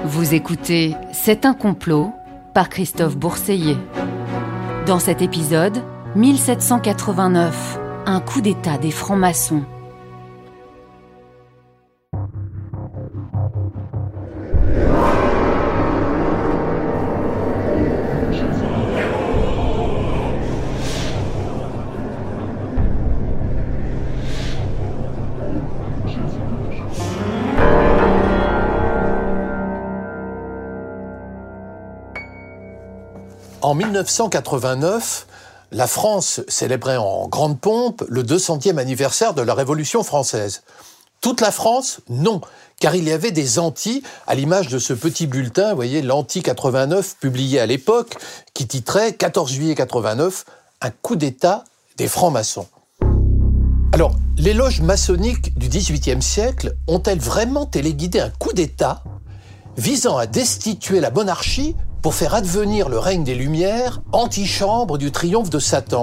Vous écoutez C'est un complot par Christophe Bourseiller. Dans cet épisode, 1789, un coup d'État des francs-maçons. En 1989, la France célébrait en grande pompe le 200e anniversaire de la Révolution française. Toute la France, non, car il y avait des antis, à l'image de ce petit bulletin, vous voyez, l'Anti 89, publié à l'époque, qui titrait « 14 juillet 89, un coup d'État des francs-maçons ». Alors, les loges maçonniques du XVIIIe siècle ont-elles vraiment téléguidé un coup d'État visant à destituer la monarchie pour faire advenir le règne des Lumières, antichambre du triomphe de Satan?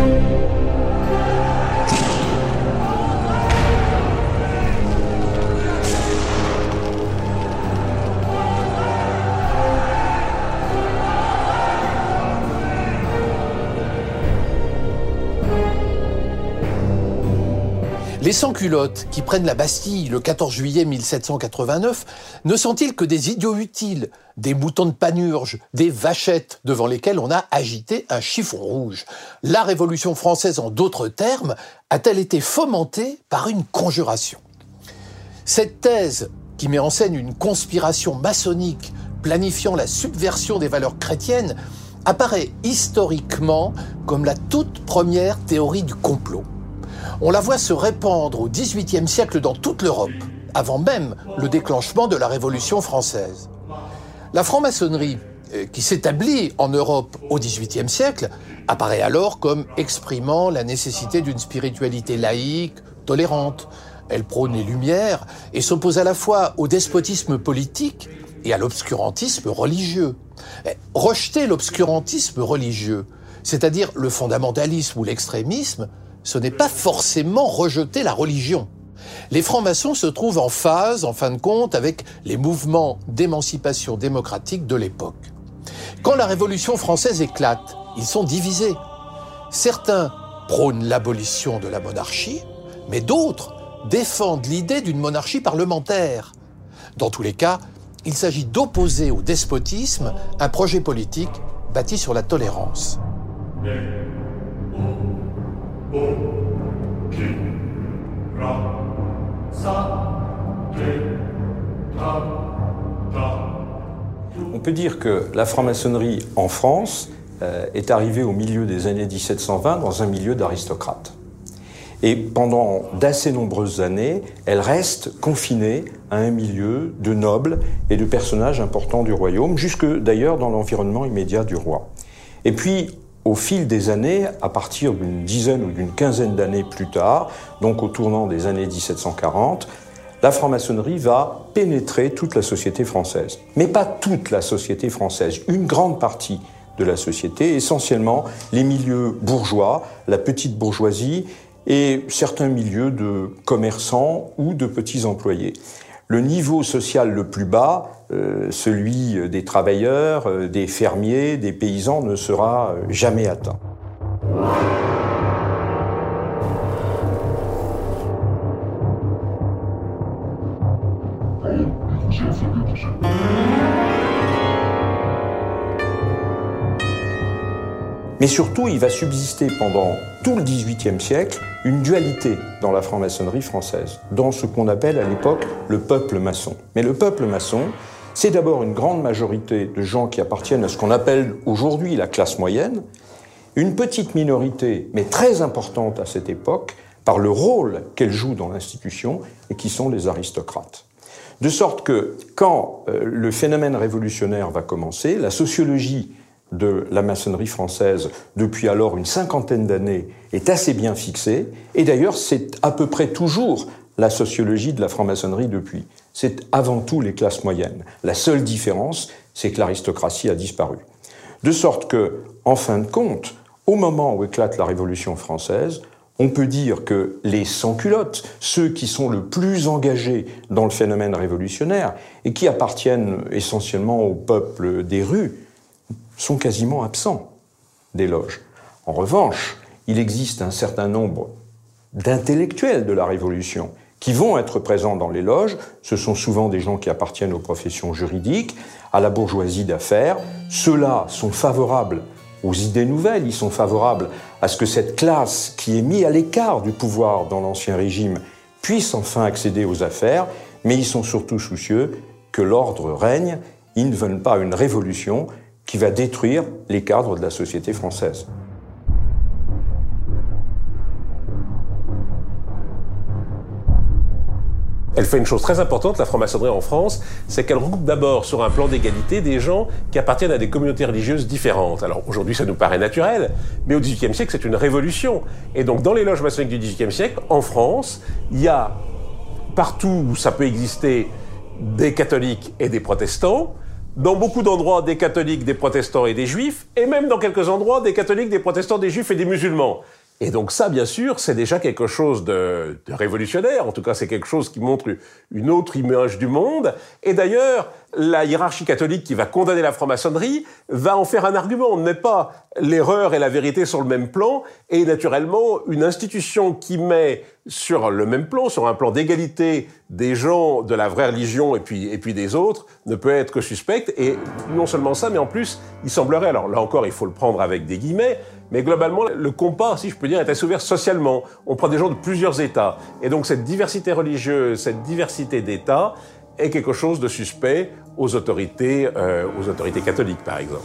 Les sans-culottes qui prennent la Bastille le 14 juillet 1789 ne sont-ils que des idiots utiles, des moutons de Panurge, des vachettes devant lesquelles on a agité un chiffon rouge? La Révolution française, en d'autres termes, a-t-elle été fomentée par une conjuration? Cette thèse, qui met en scène une conspiration maçonnique planifiant la subversion des valeurs chrétiennes, apparaît historiquement comme la toute première théorie du complot. On la voit se répandre au XVIIIe siècle dans toute l'Europe, avant même le déclenchement de la Révolution française. La franc-maçonnerie, qui s'établit en Europe au XVIIIe siècle, apparaît alors comme exprimant la nécessité d'une spiritualité laïque, tolérante. Elle prône les Lumières et s'oppose à la fois au despotisme politique et à l'obscurantisme religieux. Rejeter l'obscurantisme religieux, c'est-à-dire le fondamentalisme ou l'extrémisme, ce n'est pas forcément rejeter la religion. Les francs-maçons se trouvent en phase, en fin de compte, avec les mouvements d'émancipation démocratique de l'époque. Quand la Révolution française éclate, ils sont divisés. Certains prônent l'abolition de la monarchie, mais d'autres défendent l'idée d'une monarchie parlementaire. Dans tous les cas, il s'agit d'opposer au despotisme un projet politique bâti sur la tolérance. On peut dire que la franc-maçonnerie en France est arrivée au milieu des années 1720 dans un milieu d'aristocrates. Et pendant d'assez nombreuses années, elle reste confinée à un milieu de nobles et de personnages importants du royaume, jusque d'ailleurs dans l'environnement immédiat du roi. Et puis, au fil des années, à partir d'une dizaine ou d'une quinzaine d'années plus tard, donc au tournant des années 1740, la franc-maçonnerie va pénétrer toute la société française. Mais pas toute la société française, une grande partie de la société, essentiellement les milieux bourgeois, la petite bourgeoisie et certains milieux de commerçants ou de petits employés. Le niveau social le plus bas, celui des travailleurs, des fermiers, des paysans, ne sera jamais atteint. Mais surtout, il va subsister pendant tout le XVIIIe siècle une dualité dans la franc-maçonnerie française, dans ce qu'on appelle à l'époque le peuple maçon. Mais le peuple maçon, c'est d'abord une grande majorité de gens qui appartiennent à ce qu'on appelle aujourd'hui la classe moyenne, une petite minorité, mais très importante à cette époque, par le rôle qu'elle joue dans l'institution, et qui sont les aristocrates. De sorte que, quand le phénomène révolutionnaire va commencer, la sociologie de la maçonnerie française, depuis alors une cinquantaine d'années, est assez bien fixée, et d'ailleurs c'est à peu près toujours la sociologie de la franc-maçonnerie depuis. C'est avant tout les classes moyennes. La seule différence, c'est que l'aristocratie a disparu. De sorte que, en fin de compte, au moment où éclate la Révolution française, On peut dire que les sans-culottes, ceux qui sont le plus engagés dans le phénomène révolutionnaire et qui appartiennent essentiellement au peuple des rues, sont quasiment absents des loges. En revanche, il existe un certain nombre d'intellectuels de la Révolution qui vont être présents dans les loges. Ce sont souvent des gens qui appartiennent aux professions juridiques, à la bourgeoisie d'affaires. Ceux-là sont favorables aux idées nouvelles, ils sont favorables à ce que cette classe qui est mise à l'écart du pouvoir dans l'Ancien Régime puisse enfin accéder aux affaires, mais ils sont surtout soucieux que l'ordre règne. Ils ne veulent pas une révolution qui va détruire les cadres de la société française. Elle fait une chose très importante, la franc-maçonnerie en France, c'est qu'elle regroupe d'abord sur un plan d'égalité des gens qui appartiennent à des communautés religieuses différentes. Alors aujourd'hui ça nous paraît naturel, mais au XVIIIe siècle c'est une révolution. Et donc dans les loges maçonniques du XVIIIe siècle, en France, il y a partout où ça peut exister des catholiques et des protestants, dans beaucoup d'endroits des catholiques, des protestants et des juifs, et même dans quelques endroits des catholiques, des protestants, des juifs et des musulmans. Et donc ça, bien sûr, c'est déjà quelque chose de révolutionnaire. En tout cas, c'est quelque chose qui montre une autre image du monde. Et d'ailleurs, la hiérarchie catholique qui va condamner la franc-maçonnerie va en faire un argument. On ne met pas l'erreur et la vérité sur le même plan. Et naturellement, une institution qui met sur le même plan, sur un plan d'égalité des gens de la vraie religion et puis des autres, ne peut être que suspecte. Et non seulement ça, mais en plus, il semblerait, alors là encore, il faut le prendre avec des guillemets, mais globalement, le compas, si je peux dire, est assez ouvert socialement. On prend des gens de plusieurs États. Et donc cette diversité religieuse, cette diversité d'États est quelque chose de suspect aux autorités catholiques, par exemple.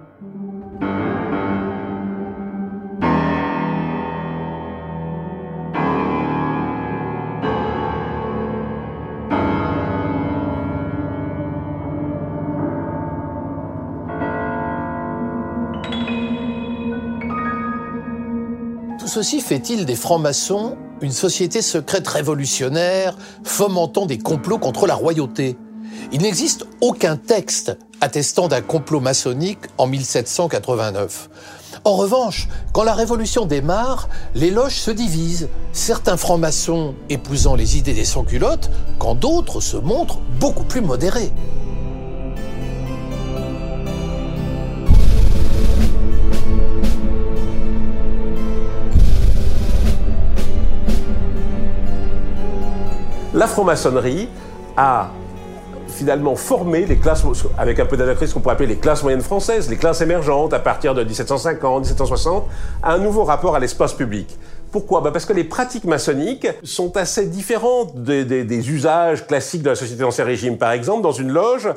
Ceci fait-il des francs-maçons une société secrète révolutionnaire fomentant des complots contre la royauté? Il n'existe aucun texte attestant d'un complot maçonnique en 1789. En revanche, quand la Révolution démarre, les loges se divisent, certains francs-maçons épousant les idées des sans-culottes, quand d'autres se montrent beaucoup plus modérés. La franc-maçonnerie a finalement formé les classes, avec un peu d'anachronisme qu'on pourrait appeler les classes moyennes françaises, les classes émergentes à partir de 1750, 1760, un nouveau rapport à l'espace public. Pourquoi ? Parce que les pratiques maçonniques sont assez différentes des usages classiques de la société d'Ancien Régime. Par exemple, dans une loge,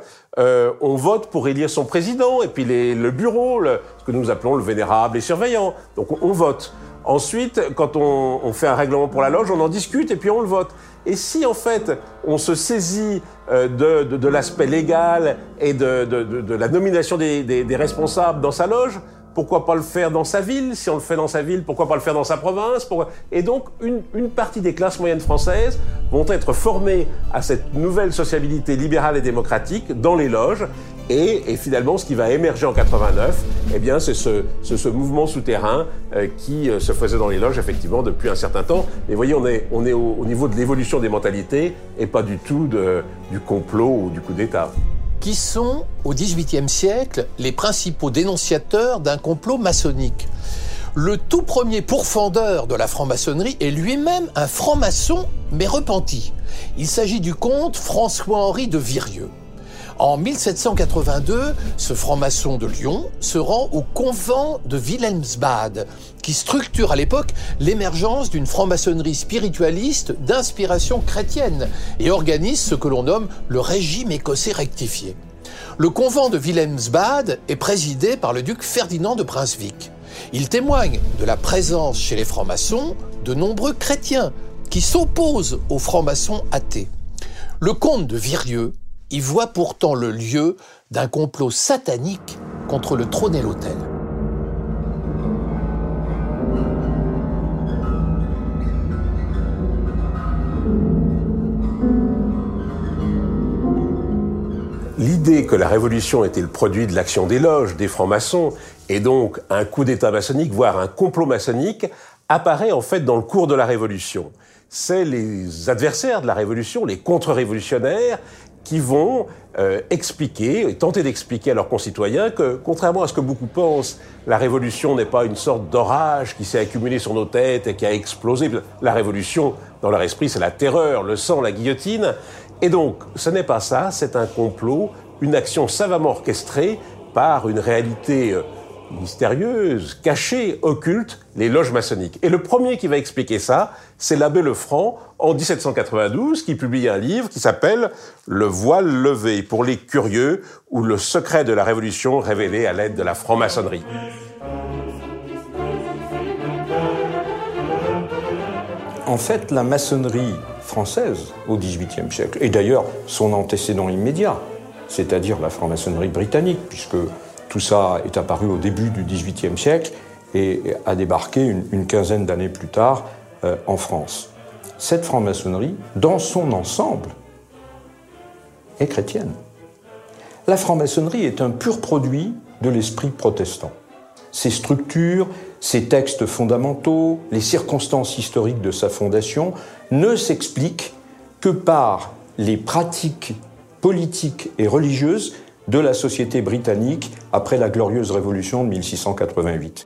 on vote pour élire son président, et puis le bureau, ce que nous appelons le vénérable et surveillant. Donc on vote. Ensuite, quand on fait un règlement pour la loge, on en discute et puis on le vote. Et si en fait on se saisit de l'aspect légal et de la nomination des responsables dans sa loge, pourquoi pas le faire dans sa ville? Si on le fait dans sa ville, pourquoi pas le faire dans sa province? Et donc, une partie des classes moyennes françaises vont être formées à cette nouvelle sociabilité libérale et démocratique dans les loges. Et finalement, ce qui va émerger en 89, eh bien, c'est ce mouvement souterrain qui se faisait dans les loges, effectivement, depuis un certain temps. Mais vous voyez, on est au niveau de l'évolution des mentalités et pas du tout du complot ou du coup d'État. Qui sont, au XVIIIe siècle, les principaux dénonciateurs d'un complot maçonnique. Le tout premier pourfendeur de la franc-maçonnerie est lui-même un franc-maçon, mais repenti. Il s'agit du comte François-Henri de Virieu. En 1782, ce franc-maçon de Lyon se rend au convent de Wilhelmsbad, qui structure à l'époque l'émergence d'une franc-maçonnerie spiritualiste d'inspiration chrétienne et organise ce que l'on nomme le régime écossais rectifié. Le convent de Wilhelmsbad est présidé par le duc Ferdinand de Brunswick. Il témoigne de la présence chez les francs-maçons de nombreux chrétiens qui s'opposent aux francs-maçons athées. Le comte de Virieu y voit pourtant le lieu d'un complot satanique contre le trône et l'autel. L'idée que la Révolution était le produit de l'action des loges, des francs-maçons, et donc un coup d'État maçonnique, voire un complot maçonnique, apparaît en fait dans le cours de la Révolution. C'est les adversaires de la Révolution, les contre-révolutionnaires, qui vont expliquer et tenter d'expliquer à leurs concitoyens que, contrairement à ce que beaucoup pensent, la Révolution n'est pas une sorte d'orage qui s'est accumulé sur nos têtes et qui a explosé. La Révolution, dans leur esprit, c'est la terreur, le sang, la guillotine. Et donc, ce n'est pas ça, c'est un complot, une action savamment orchestrée par une réalité mystérieuse, cachée, occulte, les loges maçonniques. Et le premier qui va expliquer ça, c'est l'abbé Lefranc, en 1792, qui publie un livre qui s'appelle « Le voile levé pour les curieux » ou « Le secret de la Révolution révélé à l'aide de la franc-maçonnerie ». En fait, la maçonnerie française au XVIIIe siècle, et d'ailleurs son antécédent immédiat, c'est-à-dire la franc-maçonnerie britannique, puisque tout ça est apparu au début du XVIIIe siècle et a débarqué une quinzaine d'années plus tard en France. Cette franc-maçonnerie, dans son ensemble, est chrétienne. La franc-maçonnerie est un pur produit de l'esprit protestant. Ses structures, ses textes fondamentaux, les circonstances historiques de sa fondation ne s'expliquent que par les pratiques politiques et religieuses de la société britannique après la glorieuse révolution de 1688.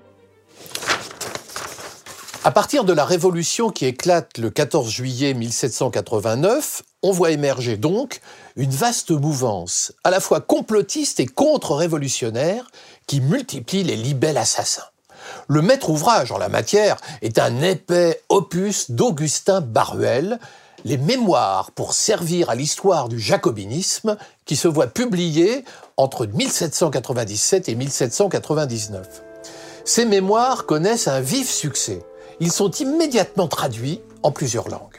À partir de la révolution qui éclate le 14 juillet 1789, on voit émerger donc une vaste mouvance, à la fois complotiste et contre-révolutionnaire, qui multiplie les libelles assassins. Le maître ouvrage en la matière est un épais opus d'Augustin Baruel, les Mémoires pour servir à l'histoire du jacobinisme, qui se voit publié entre 1797 et 1799. Ces mémoires connaissent un vif succès. Ils sont immédiatement traduits en plusieurs langues.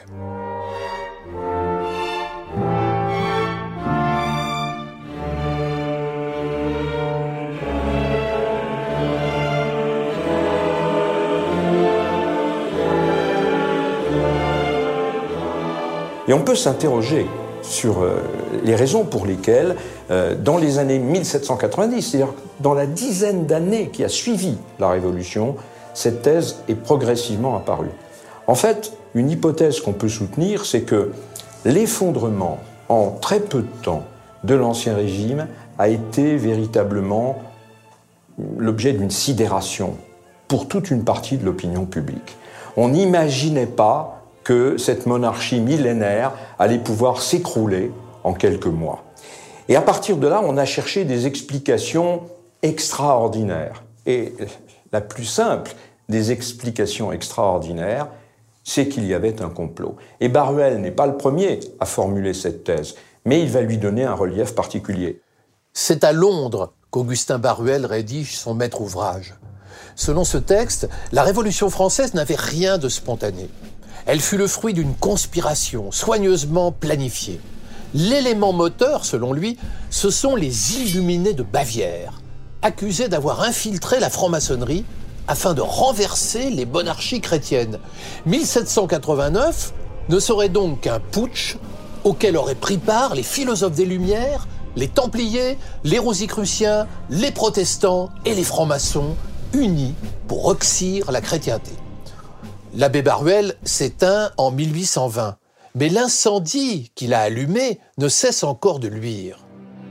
Et on peut s'interroger sur les raisons pour lesquelles, dans les années 1790, c'est-à-dire dans la dizaine d'années qui a suivi la Révolution, cette thèse est progressivement apparue. En fait, une hypothèse qu'on peut soutenir, c'est que l'effondrement en très peu de temps de l'Ancien Régime a été véritablement l'objet d'une sidération pour toute une partie de l'opinion publique. On n'imaginait pas que cette monarchie millénaire allait pouvoir s'écrouler en quelques mois. Et à partir de là, on a cherché des explications extraordinaires. Et la plus simple des explications extraordinaires, c'est qu'il y avait un complot. Et Baruel n'est pas le premier à formuler cette thèse, mais il va lui donner un relief particulier. C'est à Londres qu'Augustin Baruel rédige son maître ouvrage. Selon ce texte, la Révolution française n'avait rien de spontané. Elle fut le fruit d'une conspiration soigneusement planifiée. L'élément moteur, selon lui, ce sont les Illuminés de Bavière, accusés d'avoir infiltré la franc-maçonnerie afin de renverser les monarchies chrétiennes. 1789 ne serait donc qu'un putsch auquel auraient pris part les philosophes des Lumières, les Templiers, les Rosicruciens, les protestants et les francs-maçons, unis pour oxyre la chrétienté. L'abbé Baruel s'éteint en 1820, mais l'incendie qu'il a allumé ne cesse encore de luire.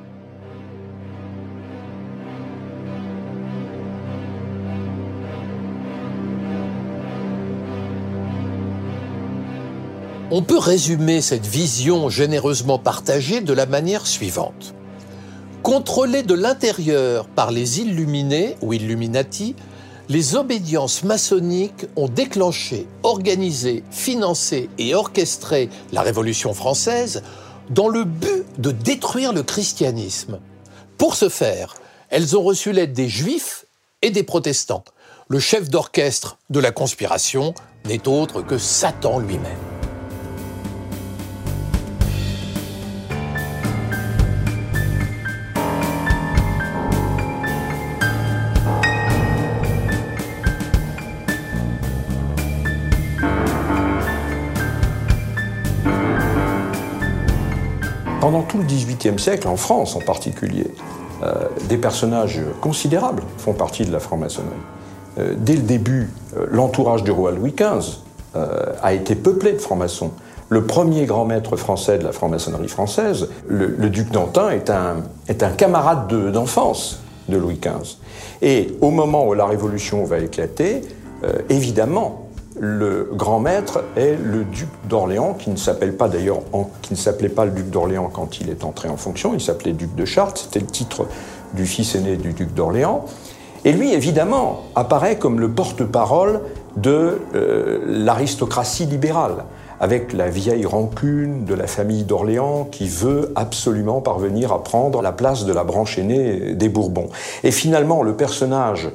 On peut résumer cette vision généreusement partagée de la manière suivante. Contrôlés de l'intérieur par les Illuminés ou Illuminati, les obédiences maçonniques ont déclenché, organisé, financé et orchestré la Révolution française dans le but de détruire le christianisme. Pour ce faire, elles ont reçu l'aide des Juifs et des protestants. Le chef d'orchestre de la conspiration n'est autre que Satan lui-même. Pendant tout le XVIIIe siècle, en France en particulier, des personnages considérables font partie de la franc-maçonnerie. dès le début, l'entourage du roi Louis XV a été peuplé de francs-maçons. Le premier grand maître français de la franc-maçonnerie française, le duc d'Antin, est un camarade d'enfance de Louis XV. Et au moment où la Révolution va éclater, évidemment, le grand maître est le duc d'Orléans, qui ne s'appelait pas le duc d'Orléans quand il est entré en fonction, il s'appelait duc de Chartres, c'était le titre du fils aîné du duc d'Orléans. Et lui, évidemment, apparaît comme le porte-parole de l'aristocratie libérale, avec la vieille rancune de la famille d'Orléans qui veut absolument parvenir à prendre la place de la branche aînée des Bourbons. Et finalement, le personnage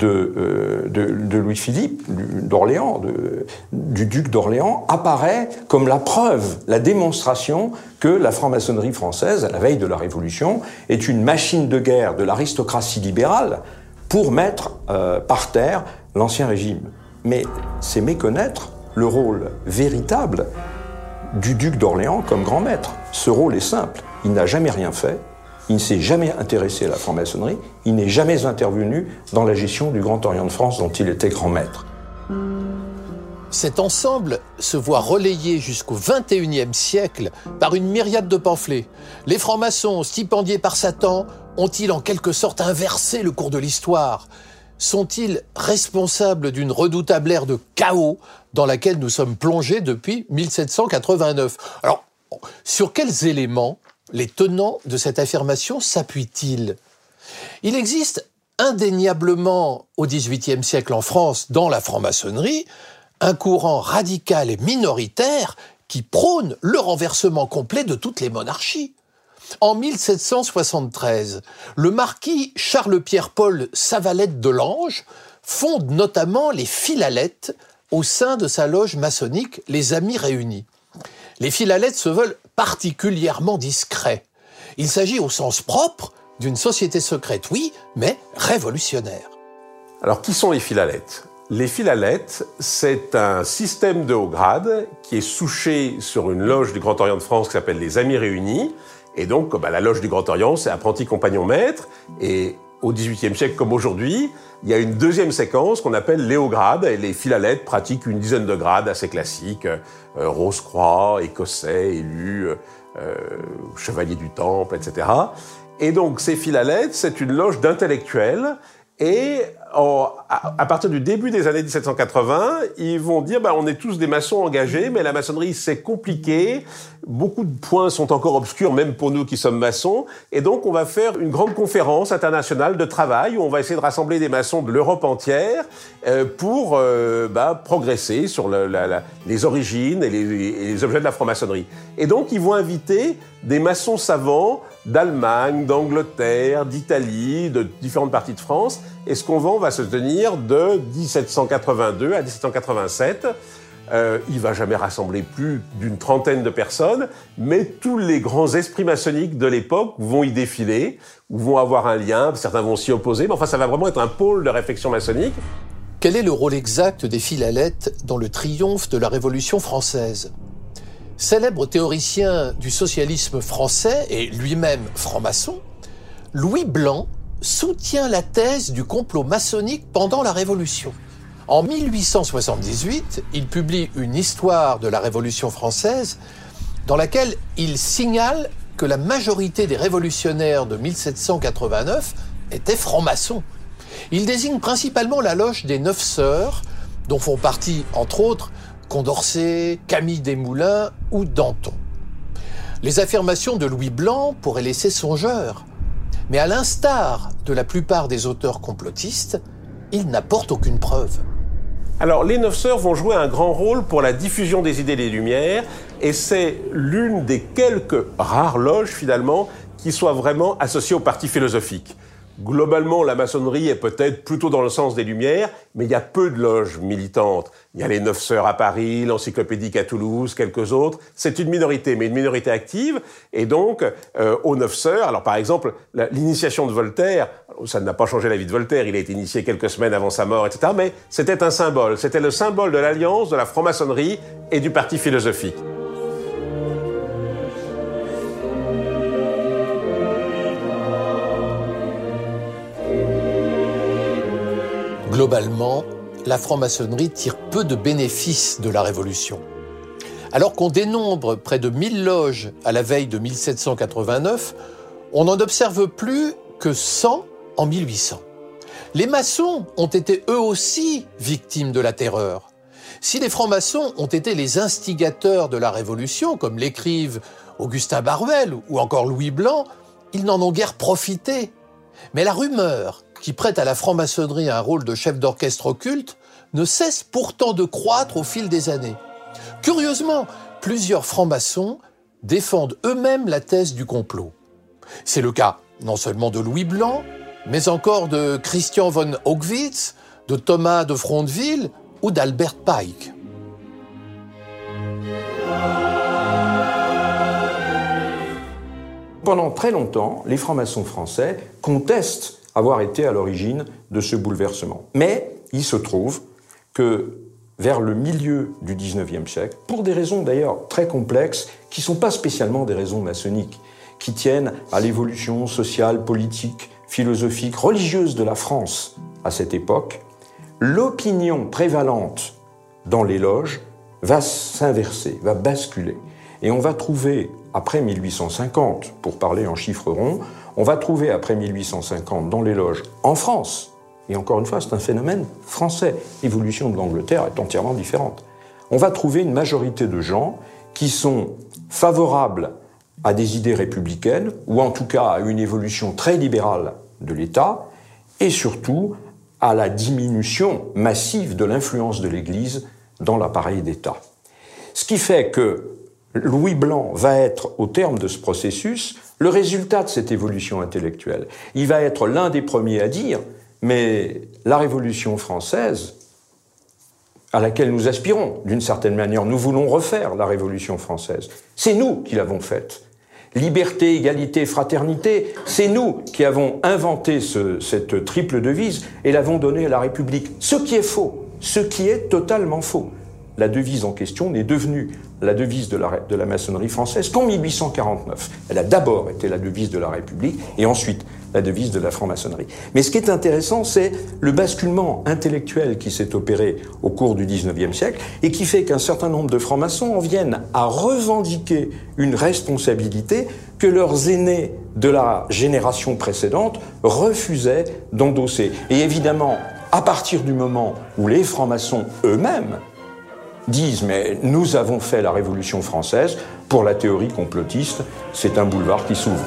de Louis-Philippe d'Orléans, du duc d'Orléans, apparaît comme la preuve, la démonstration que la franc-maçonnerie française, à la veille de la Révolution, est une machine de guerre de l'aristocratie libérale pour mettre par terre l'Ancien Régime. Mais c'est méconnaître le rôle véritable du duc d'Orléans comme grand maître. Ce rôle est simple, il n'a jamais rien fait. Il ne s'est jamais intéressé à la franc-maçonnerie, il n'est jamais intervenu dans la gestion du Grand Orient de France dont il était grand maître. Cet ensemble se voit relayé jusqu'au XXIe siècle par une myriade de pamphlets. Les francs-maçons, stipendiés par Satan, ont-ils en quelque sorte inversé le cours de l'histoire ? Sont-ils responsables d'une redoutable ère de chaos dans laquelle nous sommes plongés depuis 1789 ? Alors, sur quels éléments les tenants de cette affirmation s'appuient-ils ? Il existe indéniablement au XVIIIe siècle en France, dans la franc-maçonnerie, un courant radical et minoritaire qui prône le renversement complet de toutes les monarchies. En 1773, le marquis Charles-Pierre-Paul Savalette de Lange fonde notamment les Philalettes au sein de sa loge maçonnique, les Amis Réunis. Les Philalettes se veulent particulièrement discrets. Il s'agit au sens propre d'une société secrète, oui, mais révolutionnaire. Alors, qui sont les Philalettes ? Les Philalettes, c'est un système de haut grade qui est souché sur une loge du Grand Orient de France qui s'appelle les Amis Réunis. Et donc, la loge du Grand Orient, c'est apprenti compagnon maître. Et au XVIIIe siècle, comme aujourd'hui, il y a une deuxième séquence qu'on appelle les hauts grades. Et les Philalettes pratiquent une dizaine de grades assez classiques. Rose-Croix, écossais, élu, chevalier du Temple, etc. Et donc, ces Philalettes, c'est une loge d'intellectuels. Et à partir du début des années 1780, ils vont dire on est tous des maçons engagés, mais la maçonnerie c'est compliqué, beaucoup de points sont encore obscurs, même pour nous qui sommes maçons, et donc on va faire une grande conférence internationale de travail où on va essayer de rassembler des maçons de l'Europe entière pour progresser sur les origines et les objets de la franc-maçonnerie. Et donc ils vont inviter des maçons savants d'Allemagne, d'Angleterre, d'Italie, de différentes parties de France. Et ce convent va se tenir de 1782 à 1787. Il va jamais rassembler plus d'une trentaine de personnes, mais tous les grands esprits maçonniques de l'époque vont y défiler, ou vont avoir un lien, certains vont s'y opposer, mais enfin ça va vraiment être un pôle de réflexion maçonnique. Quel est le rôle exact des Philalettes dans le triomphe de la Révolution française ? Célèbre théoricien du socialisme français et lui-même franc-maçon, Louis Blanc soutient la thèse du complot maçonnique pendant la Révolution. En 1878, il publie une histoire de la Révolution française dans laquelle il signale que la majorité des révolutionnaires de 1789 étaient francs-maçons. Il désigne principalement la loge des 9 sœurs, dont font partie, entre autres, Condorcet, Camille Desmoulins ou Danton. Les affirmations de Louis Blanc pourraient laisser songeur, mais à l'instar de la plupart des auteurs complotistes, ils n'apportent aucune preuve. Alors, les 9 sœurs vont jouer un grand rôle pour la diffusion des idées des Lumières, et c'est l'une des quelques rares loges, finalement, qui soit vraiment associée au parti philosophique. Globalement, la maçonnerie est peut-être plutôt dans le sens des Lumières, mais il y a peu de loges militantes. Il y a les 9 sœurs à Paris, l'encyclopédique à Toulouse, quelques autres. C'est une minorité, mais une minorité active. Et donc, aux 9 sœurs, alors par exemple, l'initiation de Voltaire, ça n'a pas changé la vie de Voltaire, il a été initié quelques semaines avant sa mort, etc. Mais c'était un symbole. C'était le symbole de l'alliance de la franc-maçonnerie et du parti philosophique. Globalement, la franc-maçonnerie tire peu de bénéfices de la Révolution. Alors qu'on dénombre près de 1000 loges à la veille de 1789, on n'en observe plus que 100 en 1800. Les maçons ont été eux aussi victimes de la terreur. Si les francs-maçons ont été les instigateurs de la Révolution, comme l'écrivent Augustin Barruel ou encore Louis Blanc, ils n'en ont guère profité. Mais la rumeur qui prête à la franc-maçonnerie un rôle de chef d'orchestre occulte ne cesse pourtant de croître au fil des années. Curieusement, plusieurs francs-maçons défendent eux-mêmes la thèse du complot. C'est le cas non seulement de Louis Blanc, mais encore de Christian von Haugwitz, de Thomas de Fronteville ou d'Albert Pike. Pendant très longtemps, les francs-maçons français contestent avoir été à l'origine de ce bouleversement. Mais il se trouve que vers le milieu du XIXe siècle, pour des raisons d'ailleurs très complexes, qui ne sont pas spécialement des raisons maçonniques, qui tiennent à l'évolution sociale, politique, philosophique, religieuse de la France à cette époque, l'opinion prévalente dans les loges va s'inverser, va basculer. Et on va trouver, après 1850, pour parler en chiffres ronds, on va trouver après 1850 dans les loges en France, et encore une fois, c'est un phénomène français, l'évolution de l'Angleterre est entièrement différente. On va trouver une majorité de gens qui sont favorables à des idées républicaines, ou en tout cas à une évolution très libérale de l'État, et surtout à la diminution massive de l'influence de l'Église dans l'appareil d'État. Ce qui fait que Louis Blanc va être, au terme de ce processus, le résultat de cette évolution intellectuelle. Il va être l'un des premiers à dire « mais la Révolution française, à laquelle nous aspirons, d'une certaine manière, nous voulons refaire la Révolution française, c'est nous qui l'avons faite. Liberté, égalité, fraternité, c'est nous qui avons inventé cette triple devise et l'avons donnée à la République. Ce qui est faux, ce qui est totalement faux. La devise en question n'est devenue la devise de la maçonnerie française qu'en 1849. Elle a d'abord été la devise de la République et ensuite la devise de la franc-maçonnerie. Mais ce qui est intéressant, c'est le basculement intellectuel qui s'est opéré au cours du XIXe siècle et qui fait qu'un certain nombre de francs-maçons en viennent à revendiquer une responsabilité que leurs aînés de la génération précédente refusaient d'endosser. Et évidemment, à partir du moment où les francs-maçons eux-mêmes disent « mais nous avons fait la Révolution française », pour la théorie complotiste, c'est un boulevard qui s'ouvre.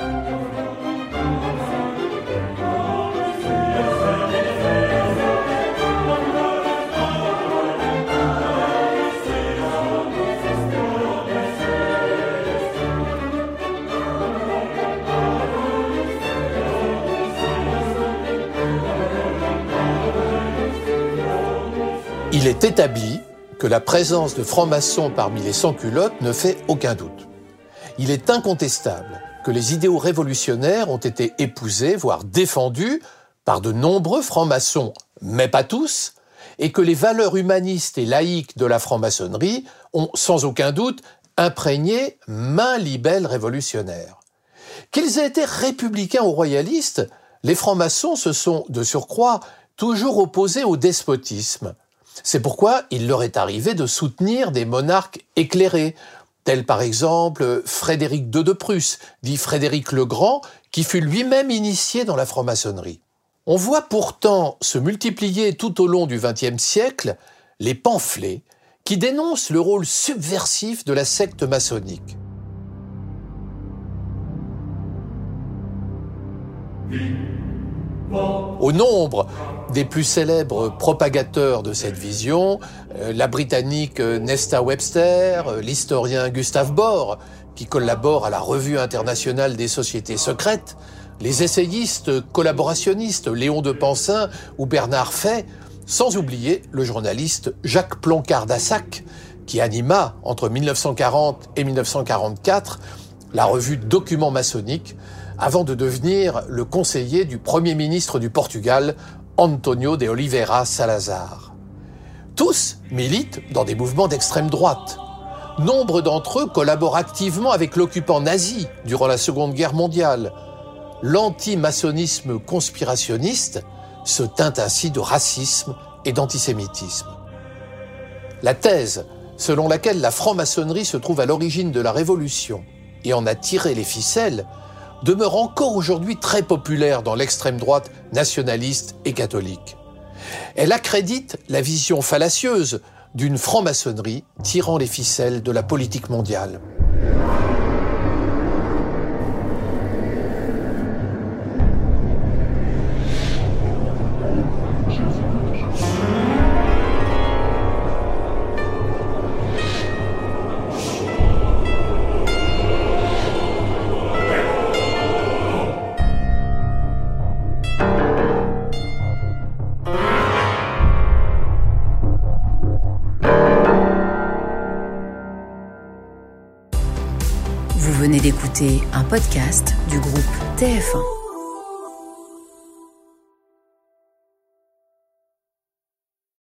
Il est établi que la présence de francs-maçons parmi les sans-culottes ne fait aucun doute. Il est incontestable que les idéaux révolutionnaires ont été épousés, voire défendus, par de nombreux francs-maçons, mais pas tous, et que les valeurs humanistes et laïques de la franc-maçonnerie ont, sans aucun doute, imprégné maints libelles révolutionnaires. Qu'ils aient été républicains ou royalistes, les francs-maçons se sont, de surcroît, toujours opposés au despotisme. C'est pourquoi il leur est arrivé de soutenir des monarques éclairés, tels par exemple Frédéric II de Prusse, dit Frédéric le Grand, qui fut lui-même initié dans la franc-maçonnerie. On voit pourtant se multiplier tout au long du XXe siècle les pamphlets qui dénoncent le rôle subversif de la secte maçonnique. Au nombre des plus célèbres propagateurs de cette vision, la Britannique Nesta Webster, l'historien Gustave Bore, qui collabore à la Revue internationale des sociétés secrètes, les essayistes collaborationnistes Léon de Pansin ou Bernard Fay, sans oublier le journaliste Jacques Ploncard-Dassac, qui anima entre 1940 et 1944 la revue Documents maçonniques, avant de devenir le conseiller du Premier ministre du Portugal, António de Oliveira Salazar. Tous militent dans des mouvements d'extrême droite. Nombre d'entre eux collaborent activement avec l'occupant nazi durant la Seconde Guerre mondiale. L'anti-maçonnisme conspirationniste se teint ainsi de racisme et d'antisémitisme. La thèse selon laquelle la franc-maçonnerie se trouve à l'origine de la Révolution et en a tiré les ficelles demeure encore aujourd'hui très populaire dans l'extrême droite nationaliste et catholique. Elle accrédite la vision fallacieuse d'une franc-maçonnerie tirant les ficelles de la politique mondiale. Vous venez d'écouter un podcast du groupe TF1.